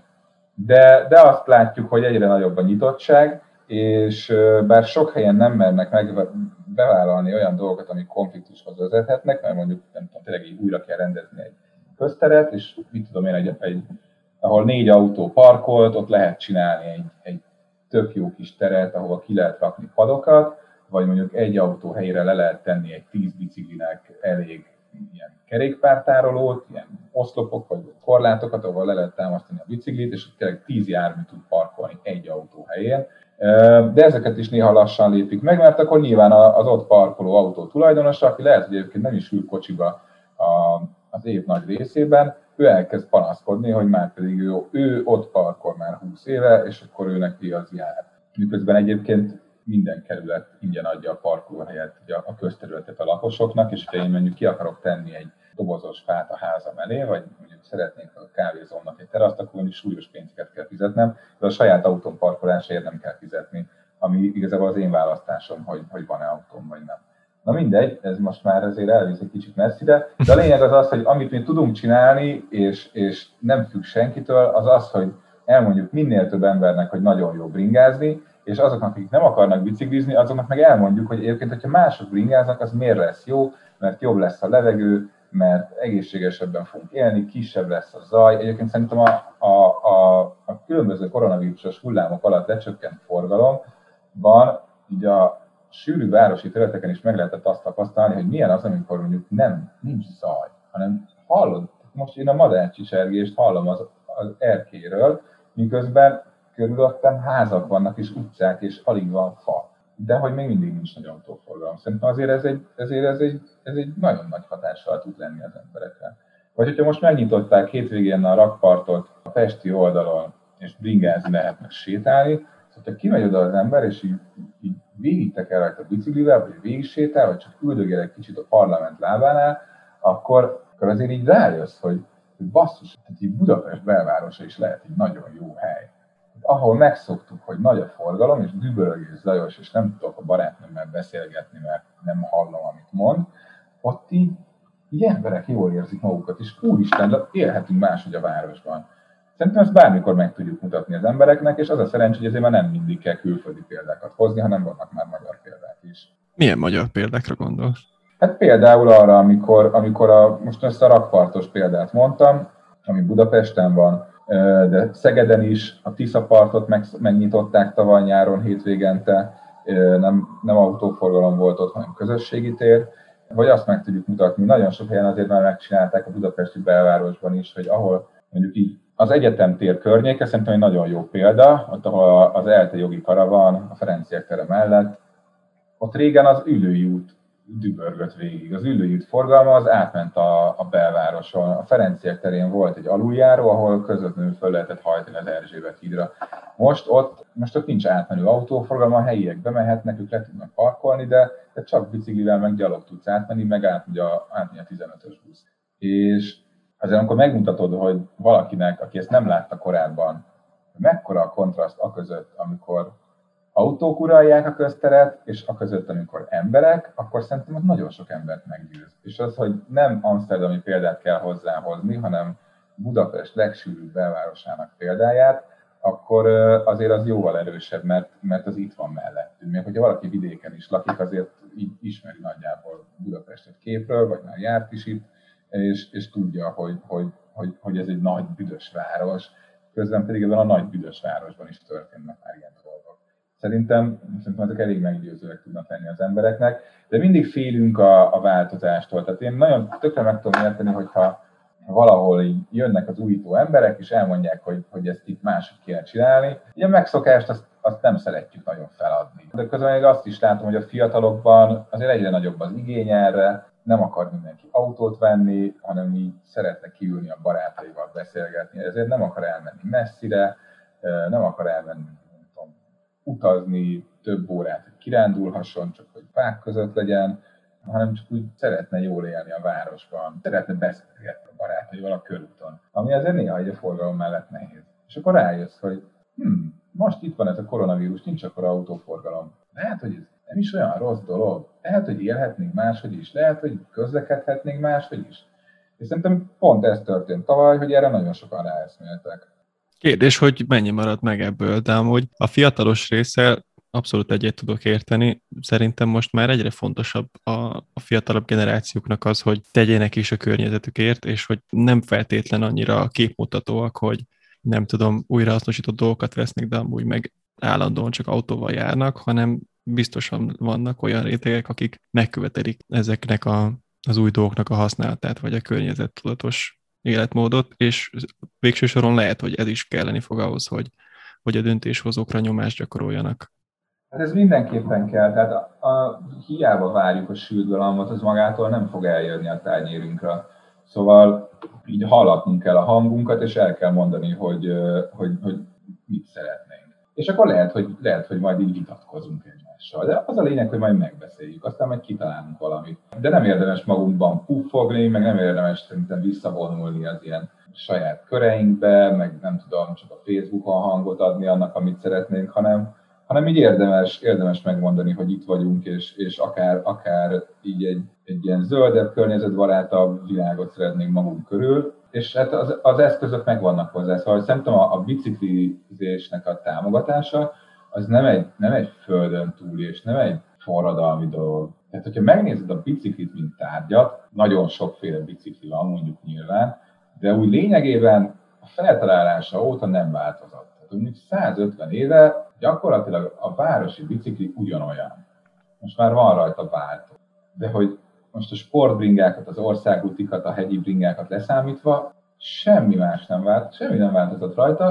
De, de azt látjuk, hogy egyre nagyobb a nyitottság, és bár sok helyen nem mernek meg bevállalni olyan dolgokat, amik konfliktushoz vezethetnek, mert mondjuk nem tudom, tényleg így újra kell rendezni egy közteret, és mit tudom én, egy, egy, ahol négy autó parkolt, ott lehet csinálni egy, egy tök jó kis teret, ahova ki lehet rakni padokat, vagy mondjuk egy autó helyére le lehet tenni egy tíz biciklinek elég ilyen kerékpártárolót, ilyen oszlopok vagy korlátokat, ahol le lehet támasztani a biciklit, és ott tényleg tíz jármű tud parkolni egy autó helyén. De ezeket is néha lassan lépik meg, mert akkor nyilván az ott parkoló autó tulajdonosa, aki lehet, hogy egyébként nem is ül kocsiba az év nagy részében, ő elkezd panaszkodni, hogy már pedig ő, ő ott parkol már húsz éve, és akkor őnek az jár. Miközben egyébként minden kerület ingyen adja a parkolóhelyet, a közterületet a lakosoknak, és ha én mondjuk ki akarok tenni egy dobozos fát a házam elé, vagy mondjuk szeretnék a kávézónak egy teraszt, akkor mondjuk súlyos pénzeket kell fizetnem, de a saját autóm parkolásáért nem kell fizetni, ami igazából az én választásom, hogy, hogy van-e autóm, vagy nem. Na mindegy, ez most már azért elvisz egy kicsit messzire, de a lényeg az az, hogy amit mi tudunk csinálni, és, és nem függ senkitől, az az, hogy elmondjuk minél több embernek, hogy nagyon jó bringázni, és azoknak, akik nem akarnak biciklizni, azoknak meg elmondjuk, hogy egyébként, hogyha mások bringáznak, az miért lesz jó, mert jobb lesz a levegő, mert egészségesebben fogunk élni, kisebb lesz a zaj. Egyébként szerintem a, a, a, a különböző koronavírusos hullámok alatt lecsökkent forgalomban, így a sűrű városi területeken is meg lehetett azt tapasztalni, hogy milyen az, amikor mondjuk nem, nincs zaj, hanem hallod, most én a madárcsicsergést hallom az, az erkéről, miközben körülöttem házak vannak és utcák, és alig van fa. De hogy még mindig nincs nagyon autóforgalom. autóforgalom. Szerintem azért ez egy, ezért ez egy, ez egy nagyon nagy hatással tud lenni az emberekre. Vagy hogyha most megnyitották hétvégén a rakpartot a pesti oldalon, és bringázni lehet, meg sétálni, hogyha kimegy oda az ember, és így, így végig teker rajta a biciklivel, vagy végig sétál, vagy csak üldögél egy kicsit a parlament lábánál, akkor, akkor azért így rájössz, hogy, hogy basszus, tehát így Budapest belvárosa is lehet egy nagyon jó hely. Ahol megszoktuk, hogy nagy a forgalom, és dübörög és zajos, és nem tudok a barátnőmmel beszélgetni, mert nem hallom, amit mond, ott így, így emberek jól érzik magukat, és úristen, élhetünk máshogy a városban. Szerintem ezt bármikor meg tudjuk mutatni az embereknek, és az a szerencsé, hogy ezért már nem mindig kell külföldi példákat hozni, hanem vannak már magyar példák is. Milyen magyar példákra gondolsz? Hát például arra, amikor, amikor a, most ezt a rakpartos példát mondtam, ami Budapesten van, de Szegeden is a Tiszapartot meg, megnyitották tavaly nyáron hétvégente, nem, nem autóforgalom volt ott, hanem közösségi tér, vagy azt meg tudjuk mutatni, nagyon sok helyen azért már megcsinálták a budapesti belvárosban is, hogy ahol mondjuk így az Egyetemtér környéke szerintem egy nagyon jó példa, ott ahol az ELTE jogi kara van, a Ferenciek tere mellett, ott régen az Üllői út dübörgött végig. Az Üllői út forgalma az átment a, a belvároson. A Ferenciek terén volt egy aluljáró, ahol közvetlenül föl lehetett hajtani az Erzsébet hídra. Most ott, most ott nincs átmenő autóforgalma, a helyiek bemehetnek, ők le tudnak parkolni, de, de csak biciklivel meg gyalog tudsz átmenni, meg átmegy a, átmegy a tizenötös busz. És azért amikor megmutatod, hogy valakinek, aki ezt nem látta korábban, mekkora a kontraszt a között, amikor autók uralják a közteret, és a között, amikor emberek, akkor szerintem az nagyon sok embert meggyőz. És az, hogy nem amszterdami példát kell hozzáhozni, hanem Budapest legsűrűbb belvárosának példáját, akkor azért az jóval erősebb, mert, mert az itt van mellettünk. Még hogyha valaki vidéken is lakik, azért így ismeri nagyjából Budapestet képről, vagy már járt is itt, és, és tudja, hogy, hogy, hogy, hogy ez egy nagy büdös város, közben pedig ebben a nagy büdös városban is történnek már ilyen dolgok. Szerintem, szerintem ezek elég meggyőzőek tudnak lenni az embereknek, de mindig félünk a, a változástól. Tehát én nagyon tökre meg tudom érteni, hogyha valahol így jönnek az újító emberek, és elmondják, hogy, hogy ezt itt máshogy kéne csinálni. Ugye a megszokást azt, azt nem szeretjük nagyon feladni. De közben még azt is látom, hogy a fiatalokban azért egyre nagyobb az igény erre, nem akar mindenki autót venni, hanem így szeretne kiülni a barátaival beszélgetni, ezért nem akar elmenni messzire, nem akar elmenni, nem tudom, utazni több órát, hogy kirándulhasson, csak hogy fák között legyen, hanem csak úgy szeretne jól élni a városban, szeretne beszélgetni a barátaival a körúton, ami azért néha egy a forgalom mellett nehéz. És akkor rájössz, hogy hm, most itt van ez a koronavírus, nincs akkor autóforgalom. Lehet, hogy ez nem is olyan rossz dolog. Lehet, hogy élhetnénk máshogy is, lehet, hogy közlekedhetnénk máshogy is. És szerintem pont ez történt tavaly, hogy erre nagyon sokan ráeszméltek. Kérdés, hogy mennyi maradt meg ebből, de amúgy a fiatalos része abszolút egyet tudok érteni. Szerintem most már egyre fontosabb a, a fiatalabb generációknak az, hogy tegyenek is a környezetükért, és hogy nem feltétlen annyira képmutatóak, hogy nem tudom, újrahasznosított dolgokat vesznek, de amúgy meg állandóan csak autóval járnak, hanem biztosan vannak olyan rétegek, akik megkövetelik ezeknek a, az új dolgoknak a használatát, vagy a környezettudatos életmódot, és végső soron lehet, hogy ez is kelleni fog ahhoz, hogy, hogy a döntéshozókra nyomást gyakoroljanak. Hát ez mindenképpen kell, tehát a, a, hiába várjuk a sült galambot, az magától nem fog eljönni a tányérünkra. Szóval így hallatnunk kell a hangunkat, és el kell mondani, hogy, hogy, hogy mit szeretnénk. És akkor lehet, hogy, lehet, hogy majd így vitatkozunk egymással. De az a lényeg, hogy majd megbeszéljük, aztán majd kitalálunk valamit. De nem érdemes magunkban puffogni, meg nem érdemes szerintem visszavonulni az ilyen saját köreinkbe, meg nem tudom, csak a Facebookon hangot adni annak, amit szeretnénk, hanem, hanem így érdemes, érdemes megmondani, hogy itt vagyunk, és, és akár, akár így egy, egy ilyen zöldebb, környezetbarátabb világot szeretnénk magunk körül. És hát az, az eszközök megvannak hozzá. Szóval szerintem a, a biciklizésnek a támogatása az nem egy, nem egy földön túl, és nem egy forradalmi dolog. Tehát, hogyha megnézed a biciklit, mint tárgyat, nagyon sokféle bicikli van, mondjuk nyilván, de úgy lényegében a feltalálása óta nem változott. Tehát mondjuk százötven éve gyakorlatilag a városi bicikli ugyanolyan. Most már van rajta váltó. De hogy most a sportbringákat, az országútikat, a hegyi bringákat leszámítva, semmi más nem vált, semmi nem változott rajta,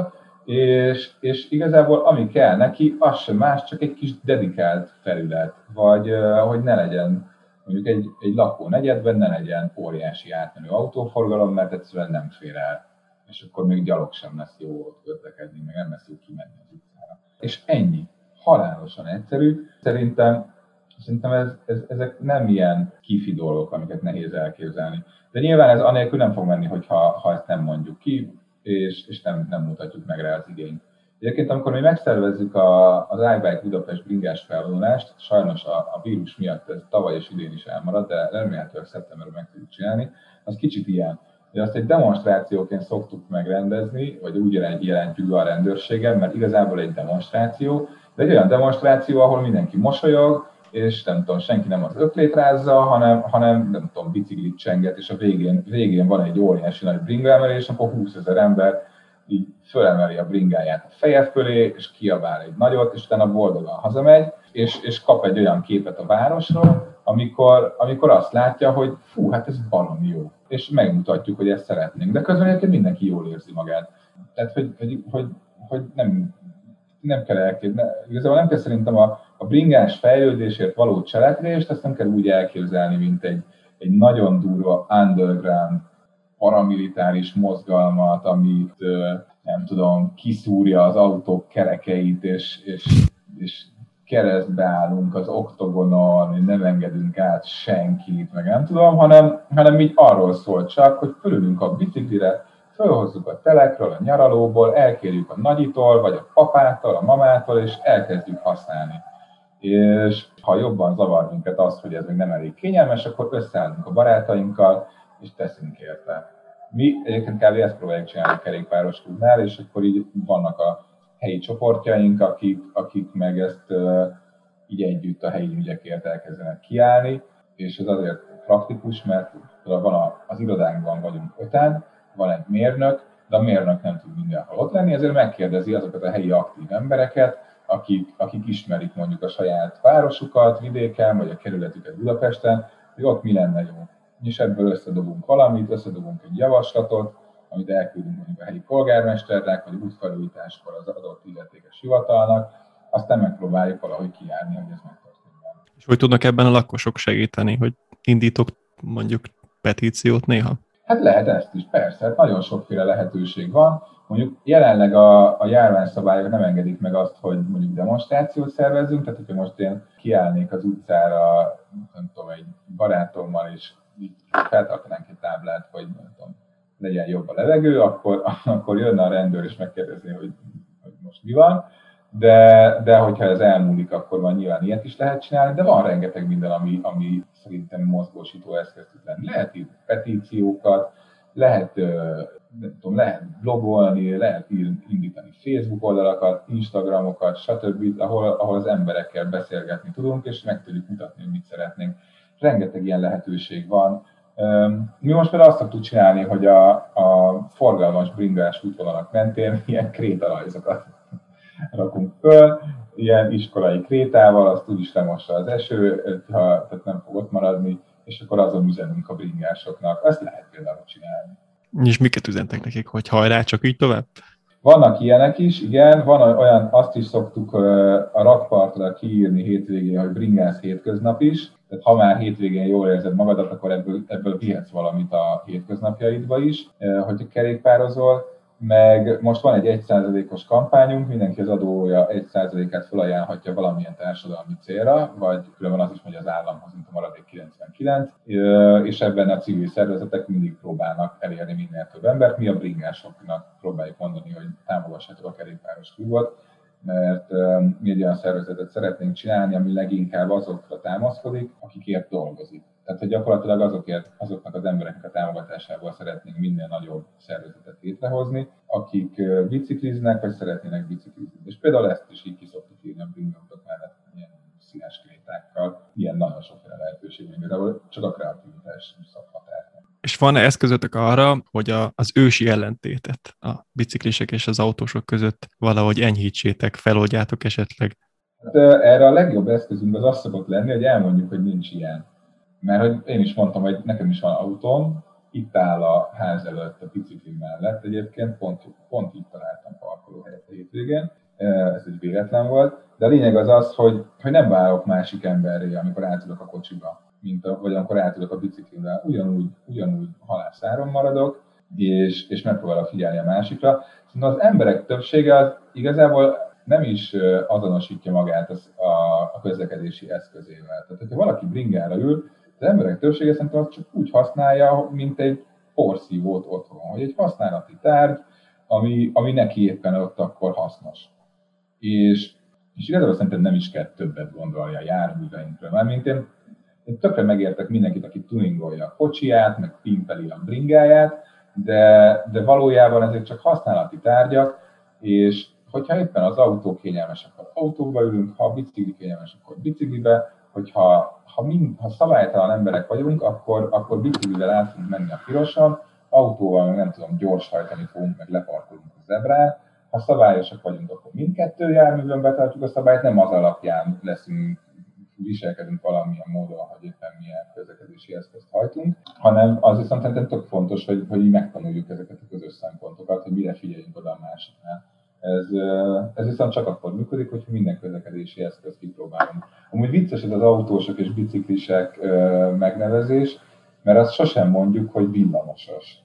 És, és igazából ami kell neki, az sem más, csak egy kis dedikált felület, vagy uh, hogy ne legyen mondjuk egy, egy lakónegyedben ne legyen óriási átmenő autóforgalom, mert egyszerűen nem fér el. És akkor még gyalog sem lesz jó ott közlekedni, meg nem lesz jó kimenni az utcára. És ennyi. Halálosan egyszerű. Szerintem, szerintem ez, ez, ezek nem ilyen kifi dolgok, amiket nehéz elképzelni. De nyilván ez anélkül nem fog menni, hogyha, ha ezt nem mondjuk ki, és, és nem, nem mutatjuk meg rá az igényt. Egyébként, amikor mi megszervezzük a, az iBike Budapest bringás felvonulást, sajnos a, a vírus miatt ez tavaly és idén is elmaradt, de remélhetőleg szeptemberben meg tudjuk csinálni, az kicsit ilyen. De azt egy demonstrációként szoktuk megrendezni, vagy úgy jelentjük be a rendőrségen, mert igazából egy demonstráció, de egy olyan demonstráció, ahol mindenki mosolyog, és nem tudom, senki nem az öklét rázza, hanem, hanem nem tudom, biciklit csenget, és a végén, végén van egy óriási nagy bringaemelés, akkor húszezer ember így fölemeli a bringáját a feje fölé, és kiabál egy nagyot, és utána boldogan hazamegy, és, és kap egy olyan képet a városról, amikor, amikor azt látja, hogy fú, hát ez baromi jó. És megmutatjuk, hogy ezt szeretnénk. De közben egyébként mindenki jól érzi magát. Tehát, hogy, hogy, hogy, hogy nem, nem kell elképzelni. Igazából nem kell szerintem a, a bringás fejlődésért való cselekvést, azt nem kell úgy elképzelni, mint egy, egy nagyon durva underground paramilitáris mozgalmat, amit nem tudom, kiszúrja az autók kerekeit, és, és, és keresztbe állunk az oktogonon, nem engedünk át senkit, meg nem tudom, hanem, hanem így arról szól csak, hogy fölülünk a biciklire, fölhozzuk a telekről, a nyaralóból, elkérjük a nagyitól, vagy a papától, a mamától, és elkezdjük használni. És ha jobban zavar minket az, hogy ez még nem elég kényelmes, akkor összeállunk a barátainkkal, és teszünk érte. Mi egyébként kb. Ezt próbáljuk csinálni a kerékpáros klubnál, és akkor így vannak a helyi csoportjaink, akik, akik meg ezt uh, így együtt a helyi ügyekért elkezdenek kiállni, és ez azért praktikus, mert van a, az irodánkban vagyunk öten, van egy mérnök, de a mérnök nem tud mindenhol ott lenni, ezért megkérdezi azokat a helyi aktív embereket, akik, akik ismerik mondjuk a saját városukat vidéken, vagy a kerületüket Budapesten, hogy ott mi lenne jó. És ebből összedobunk valamit, összedobunk egy javaslatot, amit elküldünk mondjuk a helyi polgármesternek, vagy útfelújításkor az adott illetékes hivatalnak, aztán megpróbáljuk valahogy kijárni, hogy ez megtörténjen. És hogy tudnak ebben a lakosok segíteni, hogy indítok mondjuk petíciót néha? Hát lehet ezt is, persze, hát nagyon sokféle lehetőség van. Mondjuk jelenleg a, a járványszabályok nem engedik meg azt, hogy mondjuk demonstrációt szervezzünk, tehát hogyha most én kiállnék az utcára, nem tudom, egy barátommal, és feltartanánk egy táblát, hogy nem tudom, legyen jobb a levegő, akkor, akkor jönne a rendőr és megkérdezné, hogy, hogy most mi van. De, de hogyha ez elmúlik, akkor van nyilván ilyet is lehet csinálni, de van rengeteg minden, ami, ami szerintem mozgósító eszköz tud lenni. Lehet itt petíciókat, lehet, nem tudom, lehet blogolni, lehet indítani Facebook oldalakat, Instagramokat, stb., ahol, ahol az emberekkel beszélgetni tudunk, és meg tudjuk mutatni, hogy mit szeretnénk. Rengeteg ilyen lehetőség van. Mi most például azt tudjuk csinálni, hogy a, a forgalmas bringás útvonalak mentén ilyen krétarajzokat rakunk föl, ilyen iskolai krétával, azt úgyis lemossa az eső, ha, tehát nem fog ott maradni, és akkor azon üzenünk a bringásoknak. Azt lehet például csinálni. És miket üzentek nekik, hogy hajrá, csak így tovább? Vannak ilyenek is, igen, van olyan, azt is szoktuk a rakpartra kiírni hétvégén, hogy bringász hétköznap is, tehát ha már hétvégén jól érzed magadat, akkor ebből, ebből vihetsz valamit a hétköznapjaidba is, hogyha kerékpározol. Meg most van egy egy százalékos kampányunk, mindenki az adója egy százalékát felajánlhatja valamilyen társadalmi célra, vagy különben az is megy az államhoz, mint a maradék kilencvenkilenc, és ebben a civil szervezetek mindig próbálnak elérni minél több embert. Mi a bringásoknak próbáljuk mondani, hogy támogassátok a kerékpáros klubot, mert mi egy olyan szervezetet szeretnénk csinálni, ami leginkább azokra támaszkodik, akikért dolgozik. Tehát, hogy gyakorlatilag azokért, azoknak az embereknek a támogatásából szeretnénk minél nagyobb szervezetet létrehozni, akik bicikliznek, vagy szeretnének biciklizni. És például ezt is így ki szoktuk írni a bringampok mellett, ilyen színes krétákkal, ilyen nagyon sokféle lehetőség, igazából csak a kreativitás szabhat át. És van-e eszközötök arra, hogy a, az ősi ellentétet a biciklisek és az autósok között valahogy enyhítsétek, feloldjátok esetleg? Hát, erre a legjobb eszközünk az az szokott lenni, hogy elmondjuk, hogy nincs ilyen. Mert hogy én is mondtam, hogy nekem is van autóm, itt áll a ház előtt a bicikli mellett egyébként, pont, pont itt találtam parkolóhelyet a hétvégén, ez egy véletlen volt, de a lényeg az az, hogy, hogy nem válok másik emberré, amikor átülök a kocsiba, mint a, vagy amikor átülök a biciklivel, ugyanúgy, ugyanúgy halászáron maradok, és, és megpróbálok figyelni a másikra. Szóval az emberek többsége az igazából nem is azonosítja magát az, a, a közlekedési eszközével. Tehát, hogyha valaki bringára ül, az emberek többsége szerintem azt csak úgy használja, mint egy porszívót otthon, hogy egy használati tárgy, ami, ami neki éppen ott akkor hasznos. És, és igazából szerintem nem is kell többet gondolni a járműveinkről, mármint én, én tökre megértek mindenkit, aki tuningolja a kocsiját, meg pimpeli a bringáját, de, de valójában ezek csak használati tárgyak, és hogyha éppen az autó kényelmes, akkor autóba ülünk, ha a bicikli kényelmes, akkor biciklibe, hogyha ha, mind, ha szabálytalan emberek vagyunk, akkor, akkor biciklivel át fogunk menni a piroson, autóval meg nem tudom, gyors hajtani fogunk, meg leparkolunk a zebrán. Ha szabályosak vagyunk, akkor mindkettő járművön betartjuk a szabályt, nem az alapján leszünk, viselkedünk valamilyen módon, hogy éppen milyen közlekedési eszközt hajtunk, hanem az viszont szerintem tök fontos, hogy, hogy így megtanuljuk ezeket a közös szempontokat, hogy mire figyeljünk oda a másiknál. Ez, ez viszont csak akkor működik, hogyha minden közlekedési eszközt kipróbálunk. Amúgy vicces ez az autósok és biciklisek megnevezés, mert azt sosem mondjuk, hogy villamosos.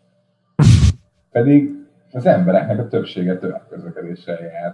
Pedig az embereknek a többsége tömegközlekedéssel jár.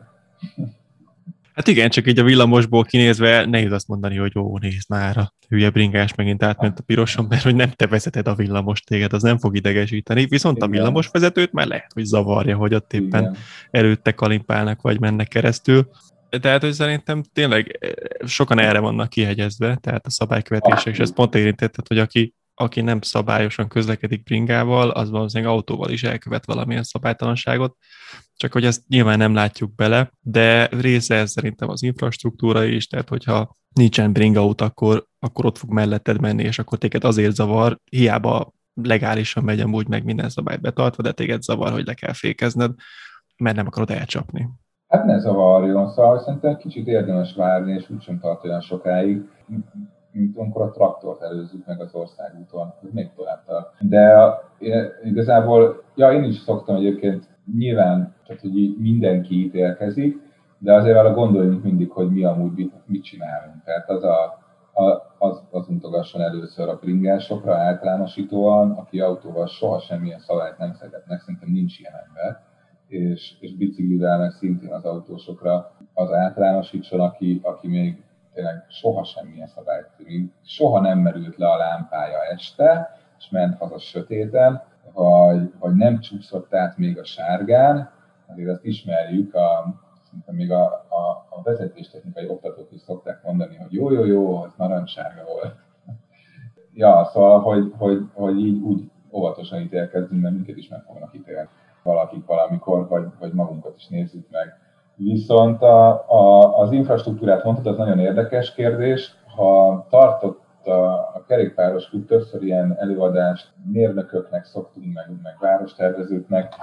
Hát igen, csak így a villamosból kinézve nehéz azt mondani, hogy ó, nézd már, a hülye bringás megint átment a piroson, mert hogy nem te vezeted a villamos, téged az nem fog idegesíteni, viszont igen. A villamosvezetőt már lehet, hogy zavarja, hogy ott éppen igen. Előtte kalimpálnak, vagy mennek keresztül. Tehát, hogy szerintem tényleg sokan erre vannak kihegyezve, tehát a szabálykövetések, és ezt pont érintetted, hogy aki, aki nem szabályosan közlekedik bringával, az valószínűleg autóval is elkövet valamilyen szabálytalanságot, csak hogy ezt nyilván nem látjuk bele, de része ez szerintem az infrastruktúra is, tehát hogyha nincsen bringaút, akkor, akkor ott fog melletted menni, és akkor téged azért zavar, hiába legálisan megy amúgy meg minden szabályt betartva, de téged zavar, hogy le kell fékezned, mert nem akarod elcsapni. Hát ne zavarjon, szóval szerintem kicsit érdemes várni, és úgysem tart olyan sokáig, mint amikor a traktort előzzük meg az országúton, ez még tovább tart. De igazából, ja, én is szoktam egyébként, nyilván, tehát, hogy mindenki ítélkezik, de azért arra gondoljunk mindig, hogy mi amúgy mit csinálunk. Tehát az, a, a, az, az mutogasson először a bringásokra általánosítóan, aki autóval soha semmilyen szabályt nem szedett, szerintem nincs ilyen ember, és, és biciklivel meg szintén az autósokra az általánosítson, aki, aki még tényleg soha semmilyen szabályt, soha nem merült le a lámpája este, és ment haza sötéten, vagy, vagy nem csúszott át még a sárgán, azért azt ismerjük, a, szerintem még a, a, a vezetéstechnikai oktatók is szokták mondani, hogy jó, jó, jó, az narancssárga volt. Ja, szóval, hogy, hogy, hogy így úgy óvatosan ítélkezzünk, mert minket is meg fognak ítélni valakik valamikor, vagy, vagy magunkat is nézzük meg. Viszont a, a, az infrastruktúrát mondtad, az nagyon érdekes kérdés. Ha tartott a, a kerékpáros klub többször ilyen előadást mérnököknek szoktunk, meg, meg várostervezőknek,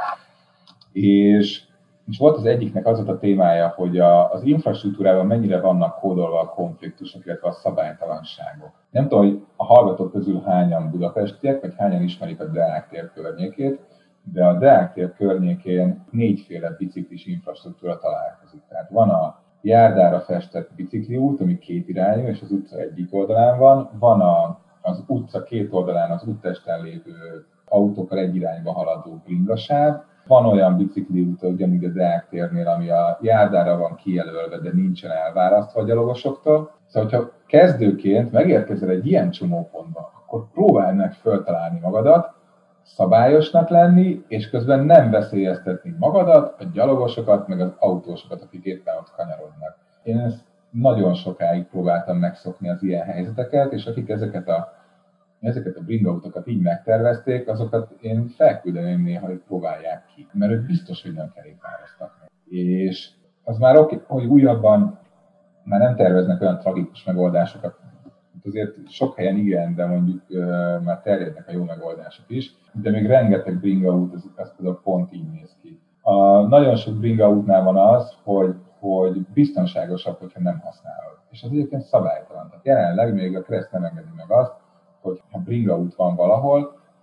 és, és volt az egyiknek az a témája, hogy a, az infrastruktúrában mennyire vannak kódolva a konfliktusok, illetve a szabálytalanságok. Nem tudom, hogy a hallgatók közül hányan budapestiek, vagy hányan ismerik a Deák tér környékét, de a Deák tér környékén négyféle biciklis infrastruktúra találkozik. Tehát van a járdára festett bicikliút, ami két irányú, és az utca egyik oldalán van. Van a, az utca két oldalán az úttesten lévő autókkal egy irányba haladó bringasáv. Van olyan bicikliút, ugyanúgy a Deák térnél, ami a járdára van kijelölve, de nincsen elválasztva a gyalogosoktól. Szóval, hogyha kezdőként megérkezel egy ilyen csomópontba, akkor próbáld meg föltalálni magadat, szabályosnak lenni, és közben nem veszélyeztetni magadat, a gyalogosokat, meg az autósokat, akik éppen ott kanyarodnak. Én ezt nagyon sokáig próbáltam megszokni az ilyen helyzeteket, és akik ezeket a, ezeket a bringautakat így megtervezték, azokat én felküldeném néha, hogy próbálják ki, mert ők biztos, hogy nem kerékpároztak. És az már oké, hogy újabban már nem terveznek olyan tragikus megoldásokat, azért sok helyen igen, de mondjuk uh, már terjednek a jó megoldások is, de még rengeteg bringaút, ez, ez például pont így néz ki. A, nagyon sok bringaútnál van az, hogy, hogy biztonságosabb, hogyha nem használod. És az egyébként szabálytalan. Tehát jelenleg még a kereszt nem engedi meg azt, hogy ha bringaút van valahol,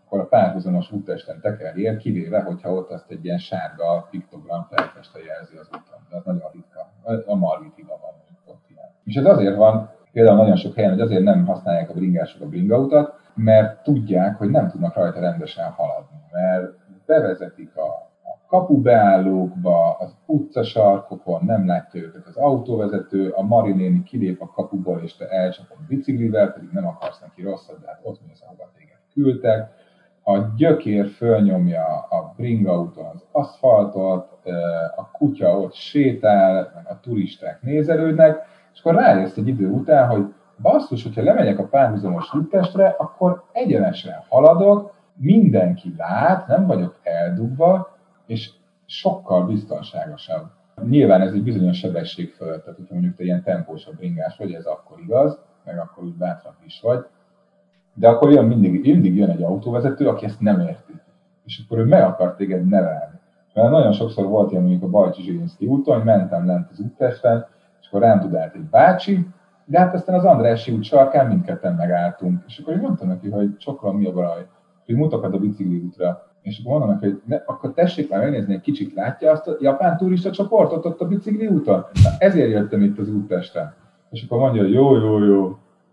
akkor a párhuzamos úttesten tekerjél, kivéve, hogyha ott azt egy ilyen sárga piktogram felfeste jelzi az úton. De az nagyon ritka. A Margit-iga van ott ilyen. És ez azért van, például nagyon sok helyen, hogy azért nem használják a bringások a bringautat, mert tudják, hogy nem tudnak rajta rendesen haladni. Mert bevezetik a, a kapubeállókba, az utcasarkokon, nem látja őket az autóvezető, a Mari néni kilép a kapuból, és te elcsapod biciklivel, pedig nem akarsz neki rosszat, de hát ott mész, ahova téged küldtek. A gyökér fölnyomja a bringauton az aszfaltot, a kutya ott sétál, meg a turisták nézelődnek, és akkor rájössz egy idő után, hogy basszus, hogyha lemegyek a párhuzamos úttestre, akkor egyenesen haladok, mindenki lát, nem vagyok eldugva, és sokkal biztonságosabb. Nyilván ez egy bizonyos sebesség fölött, tehát hogyha mondjuk te ilyen tempósabb bringás vagy, ez akkor igaz, meg akkor úgy bátran is vagy, de akkor jön mindig, mindig jön egy autóvezető, aki ezt nem érti, és akkor ő meg akar téged nevelni. Mert nagyon sokszor volt ilyen mondjuk a Bajcsy-Zsilinszky úton, hogy mentem lent az úttesten, és akkor rám tudált egy bácsi, de hát aztán az Andrássy út sarkán mindketten megálltunk, és akkor én mondtam neki, hogy sokkal mi a baj, hogy mutogat a bicikli útra. És akkor mondom neki, hogy ne, akkor tessék már megnézni, egy kicsit látja azt a japán turista csoportot ott a bicikli úton? Na, ezért jöttem itt az úttesten. És akkor mondja, hogy jó, jó, jó.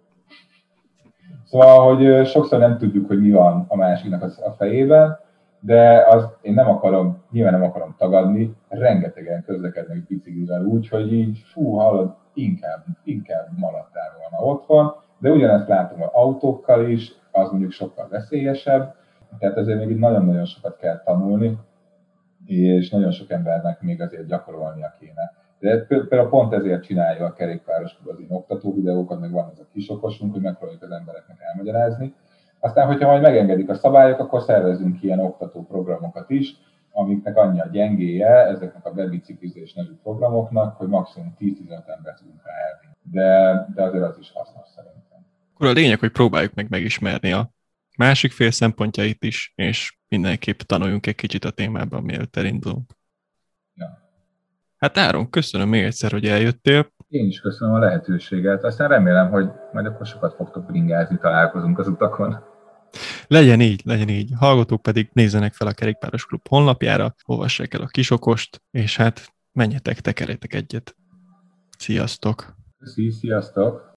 Szóval, hogy sokszor nem tudjuk, hogy mi van a másiknak a fejében, de az én nem akarom, nyilván nem akarom tagadni, rengetegen közlekednek biciklivel úgy, hogy így, fú, hallod, inkább, inkább maradtál volna otthon, de ugyanezt látom az autókkal is, az mondjuk sokkal veszélyesebb, tehát ezért még itt nagyon-nagyon sokat kell tanulni, és nagyon sok embernek még azért gyakorolnia kéne. De például pont ezért csinálja a kerékpáros klub az ilyen oktató videókat, meg van ez a kisokosunk, hogy megpróbáljuk az embereknek elmagyarázni. Aztán, hogyha majd megengedik a szabályok, akkor szervezünk ilyen oktató programokat is, amiknek annyi a gyengéje, ezeknek a bebiciklizés nevű programoknak, hogy maximum tíz-tizenöt embert tudunk rá elvinni. De, de azért az is hasznos szerintem. Akkor a lényeg, hogy próbáljuk meg megismerni a másik fél szempontjait is, és mindenképp tanuljunk egy kicsit a témában, mielőtt elindulunk. Ja. Hát Áron, köszönöm még egyszer, hogy eljöttél. Én is köszönöm a lehetőséget, aztán remélem, hogy majd akkor sokat fogtok bringázni, találkozunk az utakon. Legyen így, legyen így. Hallgatók pedig nézzenek fel a Kerékpáros Klub honlapjára, olvassák el a kisokost, és hát menjetek, tekerjetek egyet. Sziasztok! Köszi, sziasztok!